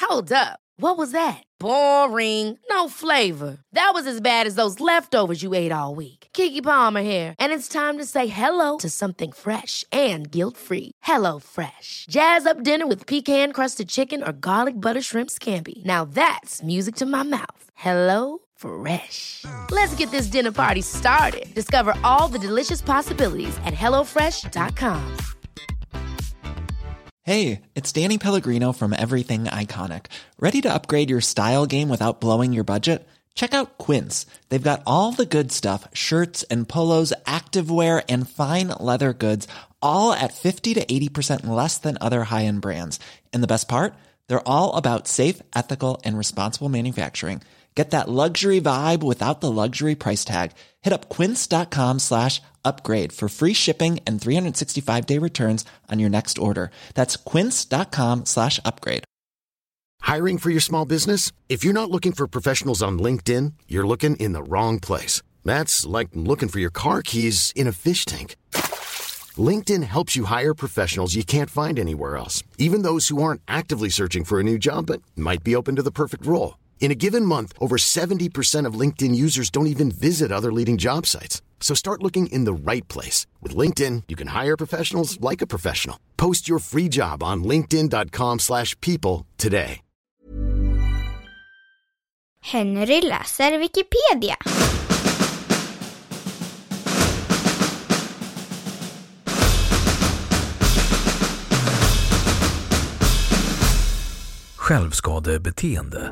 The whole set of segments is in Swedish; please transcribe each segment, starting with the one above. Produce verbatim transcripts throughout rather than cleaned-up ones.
Hold up. What was that? Boring. No flavor. That was as bad as those leftovers you ate all week. Keke Palmer here, and it's time to say hello to something fresh and guilt-free. Hello Fresh. Jazz up dinner with pecan-crusted chicken or garlic butter shrimp scampi. Now that's music to my mouth. Hello Fresh. Let's get this dinner party started. Discover all the delicious possibilities at hello fresh dot com. Hey, it's Danny Pellegrino from Everything Iconic. Ready to upgrade your style game without blowing your budget? Check out Quince. They've got all the good stuff, shirts and polos, activewear and fine leather goods, all at fifty to eighty percent less than other high-end brands. And the best part? They're all about safe, ethical and responsible manufacturing. Get that luxury vibe without the luxury price tag. Hit up quince.com slash upgrade for free shipping and three sixty-five day returns on your next order. That's quince.com slash upgrade. Hiring for your small business? If you're not looking for professionals on LinkedIn, you're looking in the wrong place. That's like looking for your car keys in a fish tank. LinkedIn helps you hire professionals you can't find anywhere else, even those who aren't actively searching for a new job but might be open to the perfect role. In a given month, over seventy percent of LinkedIn users don't even visit other leading job sites. So start looking in the right place. With LinkedIn, you can hire professionals like a professional. Post your free job on linkedin.com slash people today. Henry läser Wikipedia. Självskadebeteende.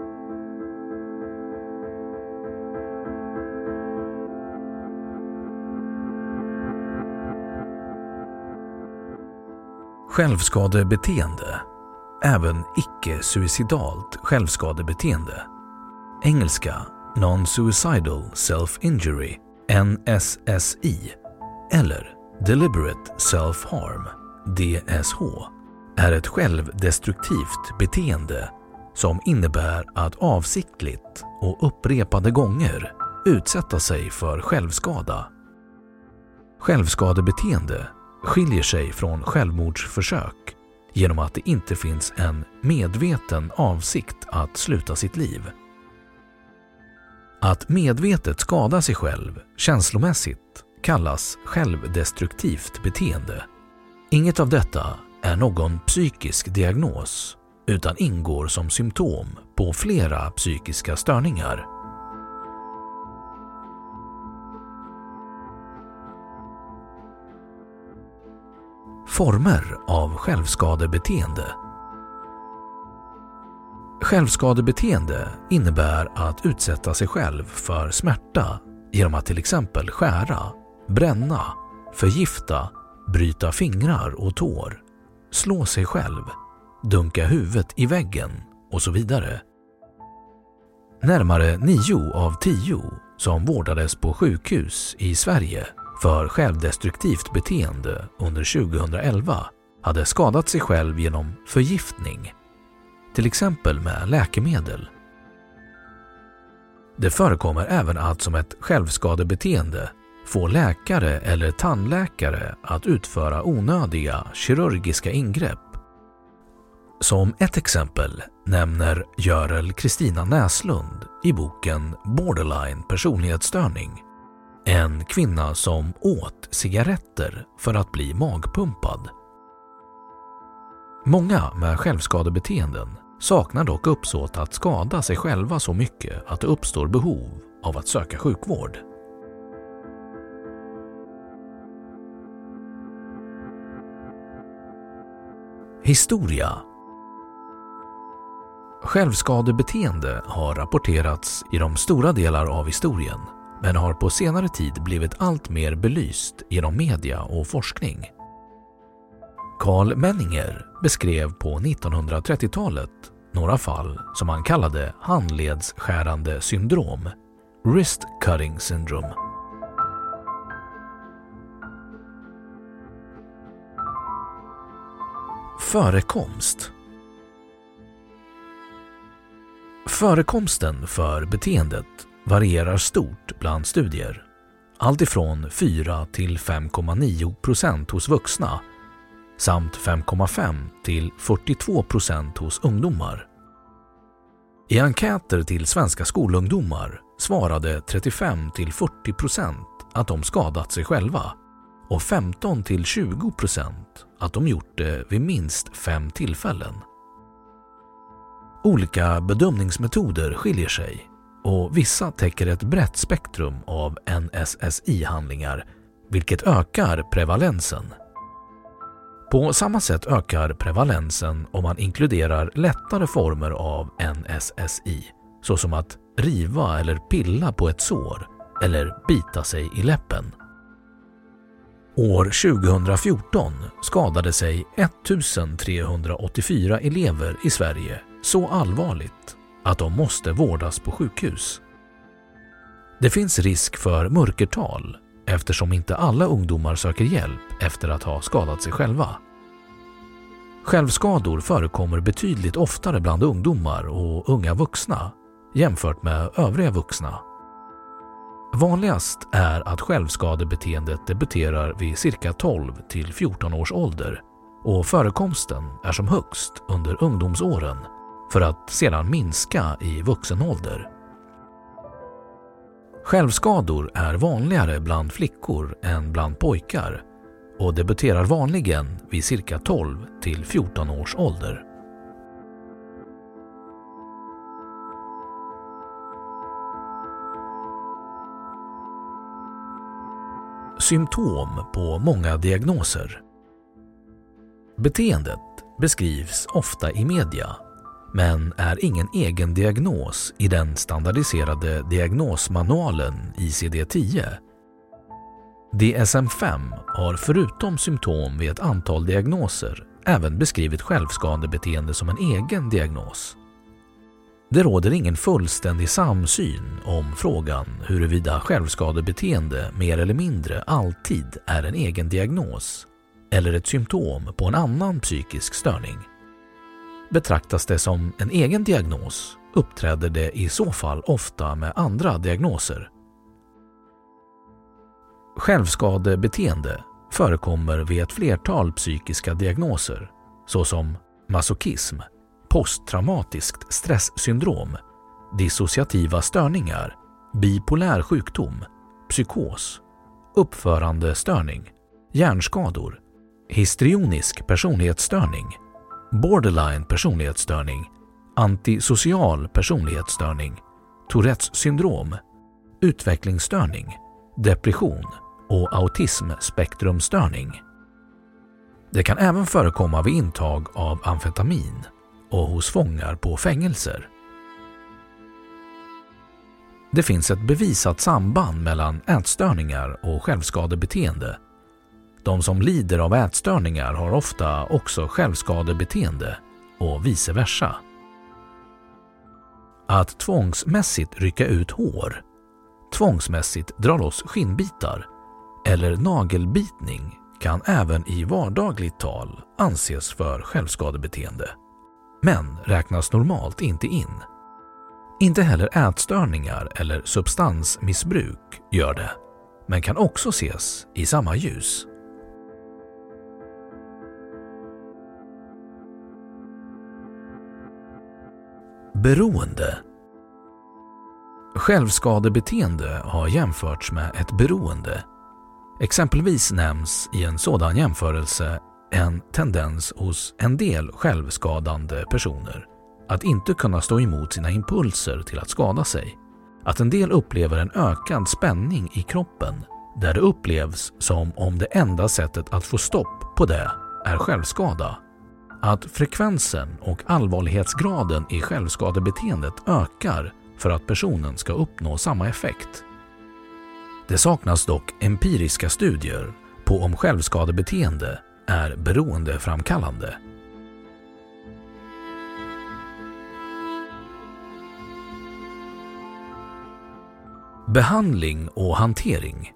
Självskadebeteende, även icke-suicidalt självskadebeteende. Engelska Non-Suicidal Self-Injury, N S S I, eller Deliberate Self-Harm, D S H, är ett självdestruktivt beteende som innebär att avsiktligt och upprepade gånger utsätta sig för självskada. Självskadebeteende skiljer sig från självmordsförsök genom att det inte finns en medveten avsikt att sluta sitt liv. Att medvetet skada sig själv känslomässigt kallas självdestruktivt beteende. Inget av detta är någon psykisk diagnos utan ingår som symptom på flera psykiska störningar. Former av självskadebeteende. Självskadebeteende innebär att utsätta sig själv för smärta genom att till exempel skära, bränna, förgifta, bryta fingrar och tår, slå sig själv, dunka huvudet i väggen och så vidare. Närmare nio av tio som vårdades på sjukhus i Sverige för självdestruktivt beteende under tjugohundraelva hade skadat sig själv genom förgiftning, till exempel med läkemedel. Det förekommer även att som ett självskadebeteende få läkare eller tandläkare att utföra onödiga kirurgiska ingrepp. Som ett exempel nämner Görel Kristina Näslund i boken Borderline personlighetsstörning en kvinna som åt cigaretter för att bli magpumpad. Många med självskadebeteenden saknar dock uppsåt att skada sig själva så mycket att det uppstår behov av att söka sjukvård. Historia. Självskadebeteende har rapporterats i de stora delar av historien, men har på senare tid blivit allt mer belyst genom media och forskning. Carl Menninger beskrev på nittonhundratrettiotalet några fall som han kallade handledsskärande syndrom, wrist cutting syndrome. Förekomst. Förekomsten för beteendet varierar stort bland studier. Allt ifrån fyra till fem komma nio procent hos vuxna samt fem komma fem till fyrtiotvå procent hos ungdomar I enkäter till svenska skolungdomar svarade trettiofem till fyrtio procent att de skadat sig själva och femton till tjugo procent att de gjort det vid minst fem tillfällen. Olika bedömningsmetoder skiljer sig och vissa täcker ett brett spektrum av N S S I-handlingar, vilket ökar prevalensen. På samma sätt ökar prevalensen om man inkluderar lättare former av N S S I, såsom att riva eller pilla på ett sår eller bita sig i läppen. År tjugohundrafjorton skadade sig ettusentrehundraåttiofyra elever i Sverige så allvarligt att de måste vårdas på sjukhus. Det finns risk för mörkertal eftersom inte alla ungdomar söker hjälp efter att ha skadat sig själva. Självskador förekommer betydligt oftare bland ungdomar och unga vuxna jämfört med övriga vuxna. Vanligast är att självskadebeteendet debuterar vid cirka tolv till fjorton års ålder och förekomsten är som högst under ungdomsåren för att sedan minska i vuxen ålder. Självskador är vanligare bland flickor än bland pojkar och debuterar vanligen vid cirka tolv till fjorton års ålder. Symptom på många diagnoser. Beteendet beskrivs ofta i media, men är ingen egen diagnos i den standardiserade diagnosmanualen I C D tio. D S M fem har förutom symptom vid ett antal diagnoser även beskrivit självskadebeteende som en egen diagnos. Det råder ingen fullständig samsyn om frågan huruvida självskadebeteende mer eller mindre alltid är en egen diagnos eller ett symptom på en annan psykisk störning. Betraktas det som en egen diagnos uppträder det i så fall ofta med andra diagnoser. Självskadebeteende förekommer vid ett flertal psykiska diagnoser såsom masochism, posttraumatiskt stresssyndrom, dissociativa störningar, bipolär sjukdom, psykos, uppförandestörning, hjärnskador, histrionisk personlighetsstörning, borderline personlighetsstörning, antisocial personlighetsstörning, Tourettes syndrom, utvecklingsstörning, depression och autismspektrumstörning. Det kan även förekomma vid intag av amfetamin och hos fångar på fängelser. Det finns ett bevisat samband mellan ätstörningar och självskadebeteende. De som lider av ätstörningar har ofta också självskadebeteende och vice versa. Att tvångsmässigt rycka ut hår, tvångsmässigt dra loss skinnbitar eller nagelbitning kan även i vardagligt tal anses för självskadebeteende, men räknas normalt inte in. Inte heller ätstörningar eller substansmissbruk gör det, men kan också ses i samma ljus. Beroende. Självskadebeteende har jämförts med ett beroende. Exempelvis nämns i en sådan jämförelse en tendens hos en del självskadande personer att inte kunna stå emot sina impulser till att skada sig. Att en del upplever en ökad spänning i kroppen där det upplevs som om det enda sättet att få stopp på det är självskada. Att frekvensen och allvarlighetsgraden i självskadebeteendet ökar för att personen ska uppnå samma effekt. Det saknas dock empiriska studier på om självskadebeteende är beroendeframkallande. Behandling och hantering.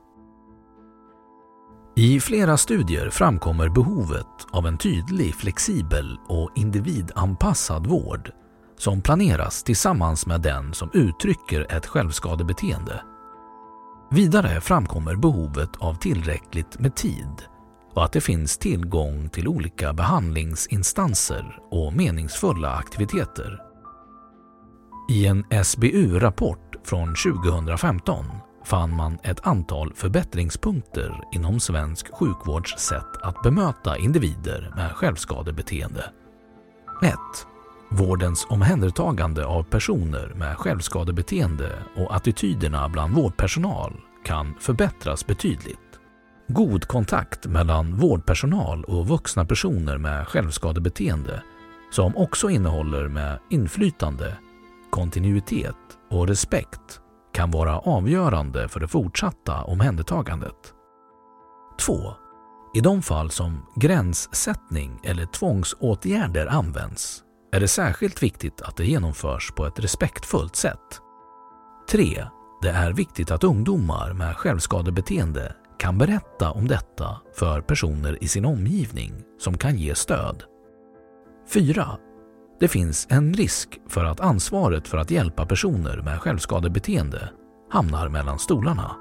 I flera studier framkommer behovet av en tydlig, flexibel och individanpassad vård som planeras tillsammans med den som uttrycker ett självskadebeteende. Vidare framkommer behovet av tillräckligt med tid och att det finns tillgång till olika behandlingsinstanser och meningsfulla aktiviteter. I en S B U-rapport från tjugohundrafemton fann man ett antal förbättringspunkter inom svensk sjukvårds sätt att bemöta individer med självskadebeteende. ett. Vårdens omhändertagande av personer med självskadebeteende och attityderna bland vårdpersonal kan förbättras betydligt. God kontakt mellan vårdpersonal och vuxna personer med självskadebeteende som också innehåller med inflytande, kontinuitet och respekt kan vara avgörande för det fortsatta omhändertagandet. två. I de fall som gränssättning eller tvångsåtgärder används är det särskilt viktigt att det genomförs på ett respektfullt sätt. tre. Det är viktigt att ungdomar med självskadebeteende kan berätta om detta för personer i sin omgivning som kan ge stöd. fyra. Det finns en risk för att ansvaret för att hjälpa personer med självskadebeteende hamnar mellan stolarna.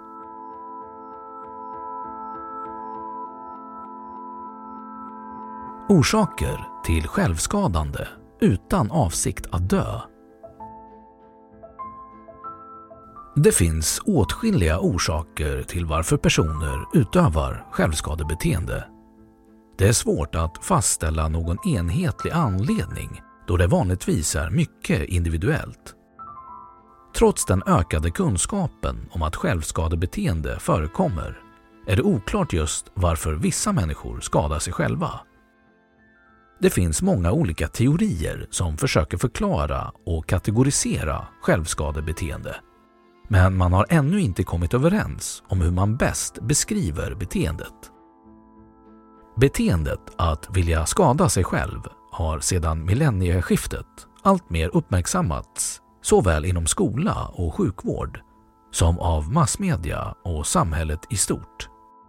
Orsaker till självskadande utan avsikt att dö. Det finns åtskilliga orsaker till varför personer utövar självskadebeteende. Det är svårt att fastställa någon enhetlig anledning då det vanligtvis är mycket individuellt. Trots den ökade kunskapen om att självskadebeteende förekommer är det oklart just varför vissa människor skadar sig själva. Det finns många olika teorier som försöker förklara och kategorisera självskadebeteende. Men man har ännu inte kommit överens om hur man bäst beskriver beteendet. Beteendet att vilja skada sig själv har sedan millennieskiftet allt mer uppmärksammats såväl inom skola och sjukvård som av massmedia och samhället i stort.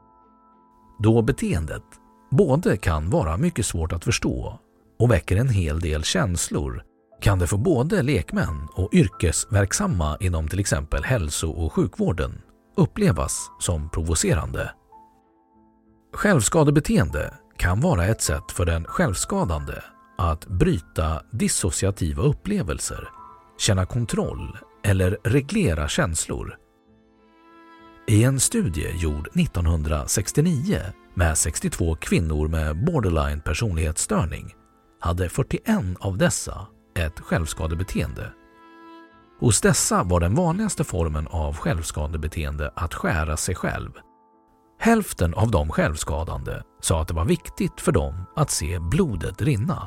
Då beteendet både kan vara mycket svårt att förstå och väcker en hel del känslor kan det för både lekmän och yrkesverksamma inom till exempel hälso- och sjukvården upplevas som provocerande. Självskadebeteende kan vara ett sätt för den självskadande att bryta dissociativa upplevelser, känna kontroll eller reglera känslor. I en studie gjord nittonhundrasextionio med sextiotvå kvinnor med borderline personlighetsstörning hade fyrtioen av dessa ett självskadebeteende. Hos dessa var den vanligaste formen av självskadebeteende att skära sig själv. Hälften av de självskadande sa att det var viktigt för dem att se blodet rinna.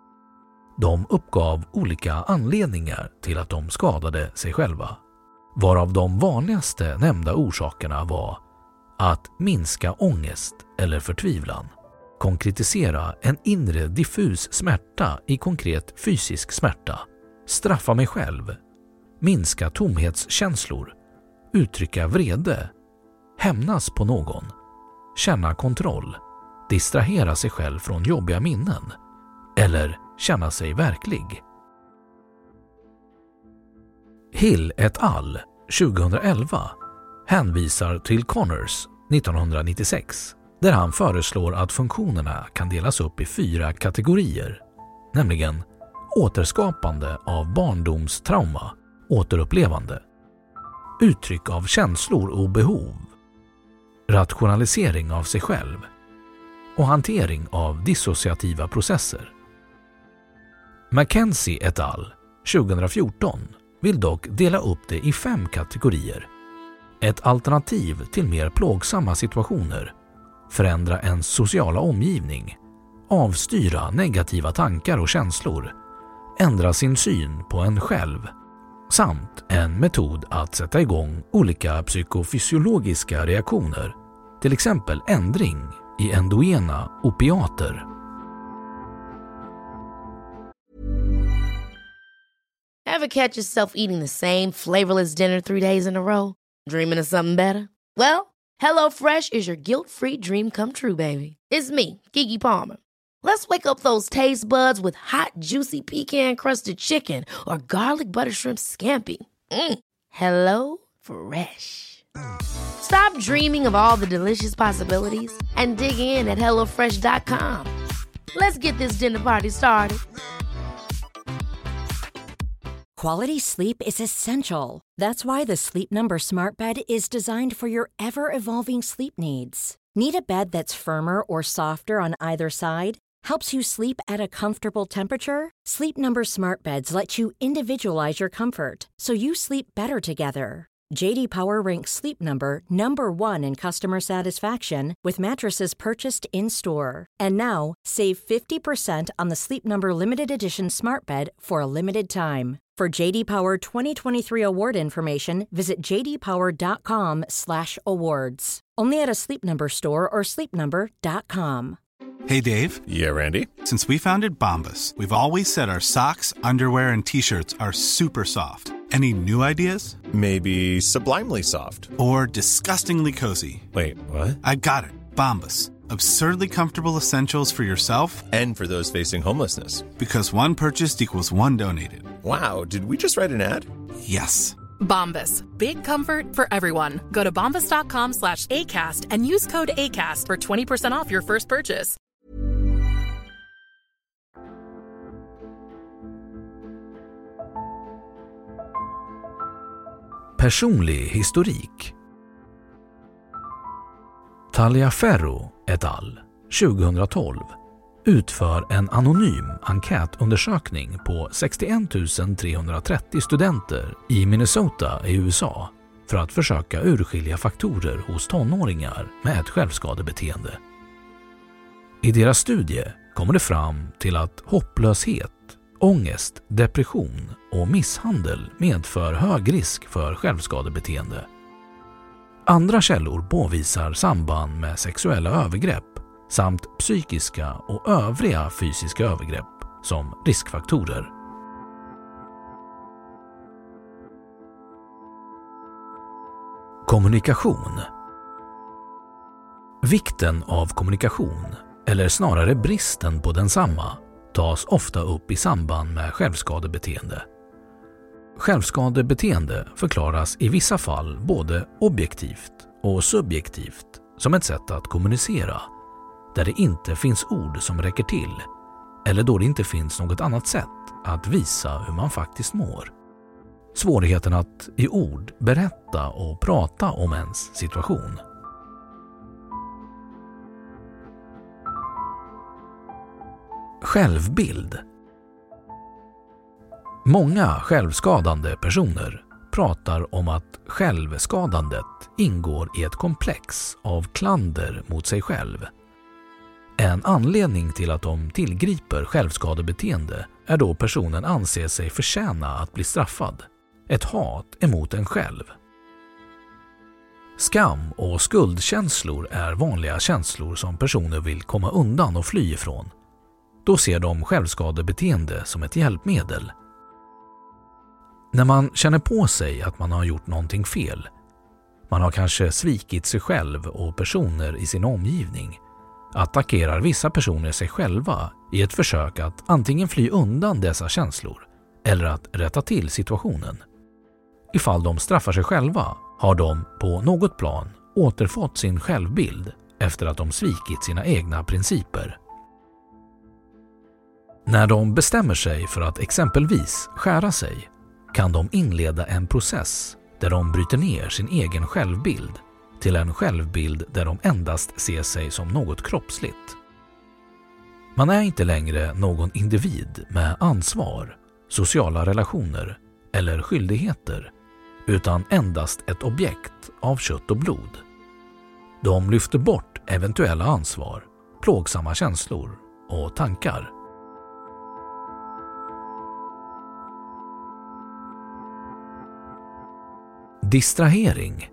De uppgav olika anledningar till att de skadade sig själva, varav de vanligaste nämnda orsakerna var att minska ångest eller förtvivlan, konkretisera en inre diffus smärta i konkret fysisk smärta, straffa mig själv, minska tomhetskänslor, uttrycka vrede, hämnas på någon, känna kontroll, distrahera sig själv från jobbiga minnen eller känna sig verklig. Hill et al. tjugohundraelva hänvisar till Connors nittonhundranittiosex där han föreslår att funktionerna kan delas upp i fyra kategorier, nämligen återskapande av barndomstrauma, återupplevande, uttryck av känslor och behov, rationalisering av sig själv och hantering av dissociativa processer. Mackenzie et al. tjugohundrafjorton vill dock dela upp det i fem kategorier. Ett alternativ till mer plågsamma situationer, förändra ens sociala omgivning, avstyra negativa tankar och känslor, ändra sin syn på en själv, samt en metod att sätta igång olika psykofysiologiska reaktioner, till exempel ändring i endogena opiater. Ever catch yourself eating the same flavorless dinner three days in a row? Dreaming of something better? Well, HelloFresh is your guilt-free dream come true, baby. It's me, Keke Palmer. Let's wake up those taste buds with hot, juicy pecan-crusted chicken or garlic butter shrimp scampi. Mm. Hello Fresh. Stop dreaming of all the delicious possibilities and dig in at hello fresh dot com. Let's get this dinner party started. Quality sleep is essential. That's why the Sleep Number Smart Bed is designed for your ever-evolving sleep needs. Need a bed that's firmer or softer on either side? Helps you sleep at a comfortable temperature? Sleep Number Smart Beds let you individualize your comfort so you sleep better together. J D Power ranks Sleep Number number one in customer satisfaction with mattresses purchased in-store. And now, save fifty percent on the Sleep Number Limited Edition Smart Bed for a limited time. For J D Power twenty twenty-three award information, visit j d power dot com slash awards. Only at a Sleep Number store or sleep number dot com. Hey, Dave. Yeah, Randy. Since we founded Bombas, we've always said our socks, underwear, and T-shirts are super soft. Any new ideas? Maybe sublimely soft. Or disgustingly cozy. Wait, what? I got it. Bombas. Absurdly comfortable essentials for yourself and for those facing homelessness. Because one purchased equals one donated. Wow, did we just write an ad? Yes. Bombas. Big comfort for everyone. Go to bombas.com slash ACAST and use code ACAST for twenty percent off your first purchase. Personlig historik. Taliaferro et al. tjugohundratolv utför en anonym enkätundersökning på sextioett tusen trehundratrettio studenter i Minnesota i U S A för att försöka urskilja faktorer hos tonåringar med ett självskadebeteende. I deras studie kommer det fram till att hopplöshet, ångest, depression och misshandel medför hög risk för självskadebeteende. Andra källor påvisar samband med sexuella övergrepp samt psykiska och övriga fysiska övergrepp som riskfaktorer. Kommunikation. Vikten av kommunikation, eller snarare bristen på densamma, tas ofta upp i samband med självskadebeteende. Självskadebeteende förklaras i vissa fall både objektivt och subjektivt som ett sätt att kommunicera, där det inte finns ord som räcker till eller då det inte finns något annat sätt att visa hur man faktiskt mår. Svårigheten att i ord berätta och prata om ens situation. Självbild. Många självskadande personer pratar om att självskadandet ingår i ett komplex av klander mot sig själv. En anledning till att de tillgriper självskadebeteende är då personen anser sig förtjäna att bli straffad. Ett hat emot en själv. Skam och skuldkänslor är vanliga känslor som personer vill komma undan och fly ifrån. Då ser de självskadebeteende som ett hjälpmedel. När man känner på sig att man har gjort någonting fel, man har kanske svikit sig själv och personer i sin omgivning, attackerar vissa personer sig själva i ett försök att antingen fly undan dessa känslor eller att rätta till situationen. Ifall de straffar sig själva har de på något plan återfått sin självbild efter att de svikit sina egna principer. När de bestämmer sig för att exempelvis skära sig kan de inleda en process där de bryter ner sin egen självbild till en självbild där de endast ser sig som något kroppsligt. Man är inte längre någon individ med ansvar, sociala relationer eller skyldigheter, utan endast ett objekt av kött och blod. De lyfter bort eventuella ansvar, plågsamma känslor och tankar. Distrahering.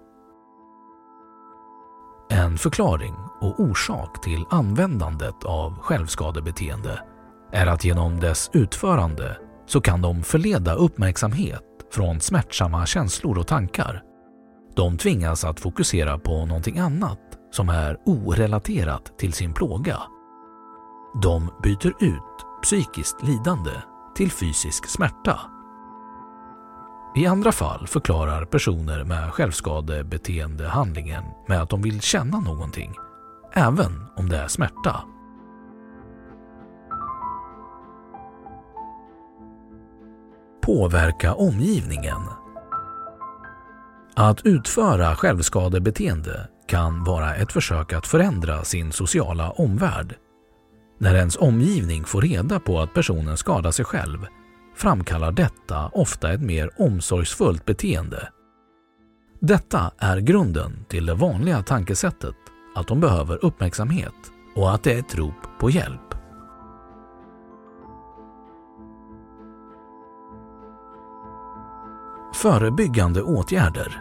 En förklaring och orsak till användandet av självskadebeteende är att genom dess utförande så kan de förleda uppmärksamhet från smärtsamma känslor och tankar. De tvingas att fokusera på någonting annat som är orelaterat till sin plåga. De byter ut psykiskt lidande till fysisk smärta. I andra fall förklarar personer med självskadebeteende handlingen med att de vill känna någonting, även om det är smärta. påverka omgivningen. Att utföra självskadebeteende kan vara ett försök att förändra sin sociala omvärld. När ens omgivning får reda på att personen skadar sig själv framkallar detta ofta ett mer omsorgsfullt beteende. Detta är grunden till det vanliga tankesättet att de behöver uppmärksamhet och att det är ett rop på hjälp. Förebyggande åtgärder.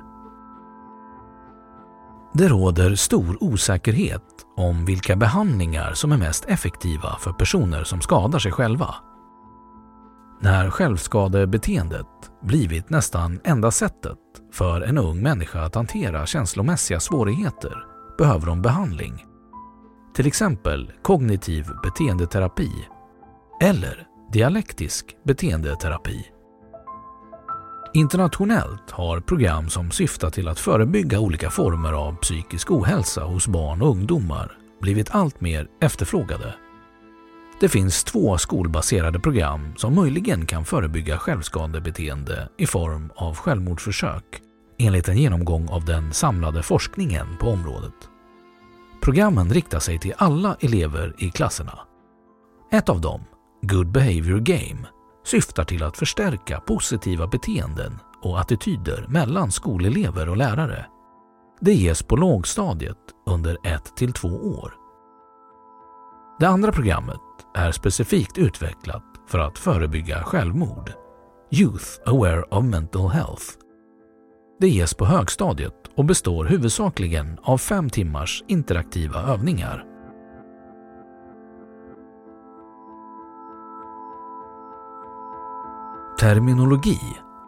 Det råder stor osäkerhet om vilka behandlingar som är mest effektiva för personer som skadar sig själva. När självskadebeteendet blivit nästan enda sättet för en ung människa att hantera känslomässiga svårigheter behöver de behandling. Till exempel kognitiv beteendeterapi eller dialektisk beteendeterapi. Internationellt har program som syftar till att förebygga olika former av psykisk ohälsa hos barn och ungdomar blivit allt mer efterfrågade. Det finns två skolbaserade program som möjligen kan förebygga självskadebeteende i form av självmordsförsök enligt en genomgång av den samlade forskningen på området. Programmen riktar sig till alla elever i klasserna. Ett av dem, Good Behavior Game, syftar till att förstärka positiva beteenden och attityder mellan skolelever och lärare. Det ges på lågstadiet under ett till två år. Det andra programmet är specifikt utvecklat för att förebygga självmord, Youth Aware of Mental Health. Det ges på högstadiet och består huvudsakligen av fem timmars interaktiva övningar. Terminologi.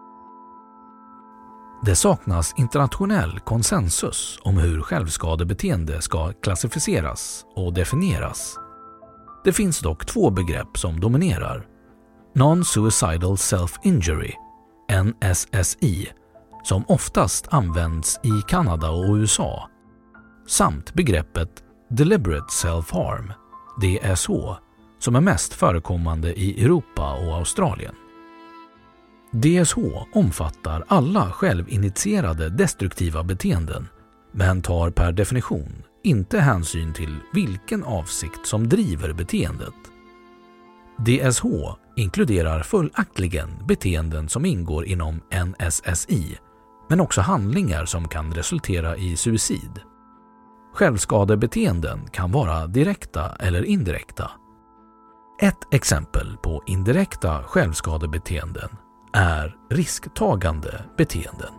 Det saknas internationell konsensus om hur självskadebeteende ska klassificeras och definieras. Det finns dock två begrepp som dominerar. Non-suicidal self-injury, N S S I, som oftast används i Kanada och U S A, samt begreppet deliberate self-harm, D S H, som är mest förekommande i Europa och Australien. D S H omfattar alla självinitierade destruktiva beteenden, men tar per definition inte hänsyn till vilken avsikt som driver beteendet. D S H inkluderar följaktligen beteenden som ingår inom N S S I, men också handlingar som kan resultera i suicid. Självskadebeteenden kan vara direkta eller indirekta. Ett exempel på indirekta självskadebeteenden är risktagande beteenden.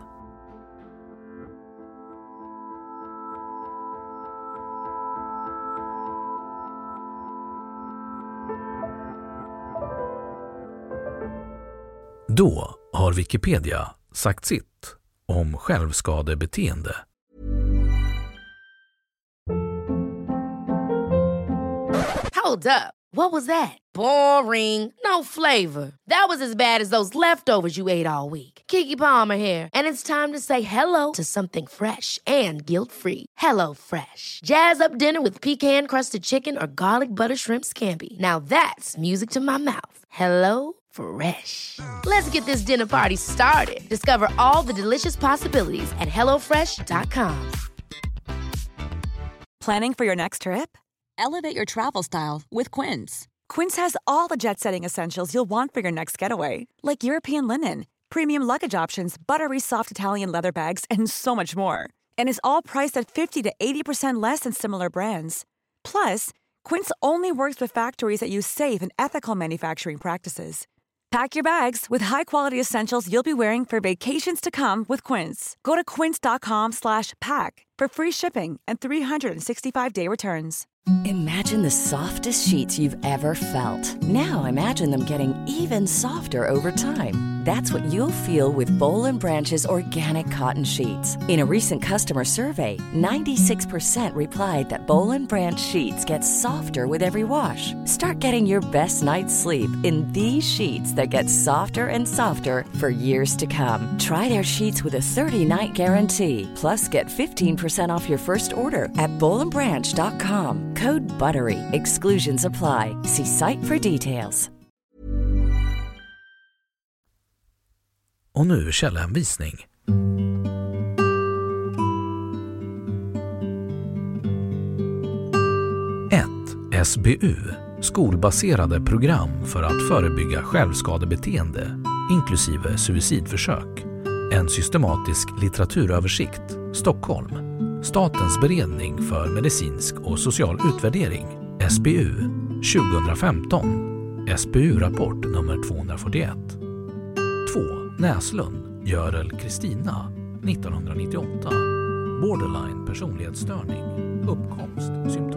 Då har Wikipedia sagt sitt om självskadebeteende. Hold up. What was that? Boring. No flavor. That was as bad as those leftovers you ate all week. Keke Palmer here, and it's time to say hello to something fresh and guilt-free. Hello Fresh. Jazz up dinner with pecan-crusted chicken or garlic butter shrimp scampi. Now that's music to my mouth. Hello Fresh. Let's get this dinner party started. Discover all the delicious possibilities at hello fresh dot com. Planning for your next trip? Elevate your travel style with Quince. Quince has all the jet-setting essentials you'll want for your next getaway, like European linen, premium luggage options, buttery soft Italian leather bags, and so much more. And is all priced at fifty to eighty percent less than similar brands. Plus, Quince only works with factories that use safe and ethical manufacturing practices. Pack your bags with high-quality essentials you'll be wearing for vacations to come with Quince. Go to quince.com slash pack for free shipping and three sixty-five day returns. Imagine the softest sheets you've ever felt. Now imagine them getting even softer over time. That's what you'll feel with Boll and Branch's organic cotton sheets. In a recent customer survey, ninety-six percent replied that Boll and Branch sheets get softer with every wash. Start getting your best night's sleep in these sheets that get softer and softer for years to come. Try their sheets with a thirty-night guarantee. Plus, get fifteen percent off your first order at boll and branch dot com. Code BUTTERY. Exclusions apply. See site for details. Och nu källhänvisning. ett. S B U, skolbaserade program för att förebygga självskadebeteende, inklusive suicidförsök. En systematisk litteraturöversikt, Stockholm. Statens beredning för medicinsk och social utvärdering, S B U, tjugohundrafemton. S B U-rapport nummer tvåhundrafyrtioett. två. Näslund, Görel Kristina, nittonhundranittioåtta. Borderline personlighetsstörning, uppkomst, symptom.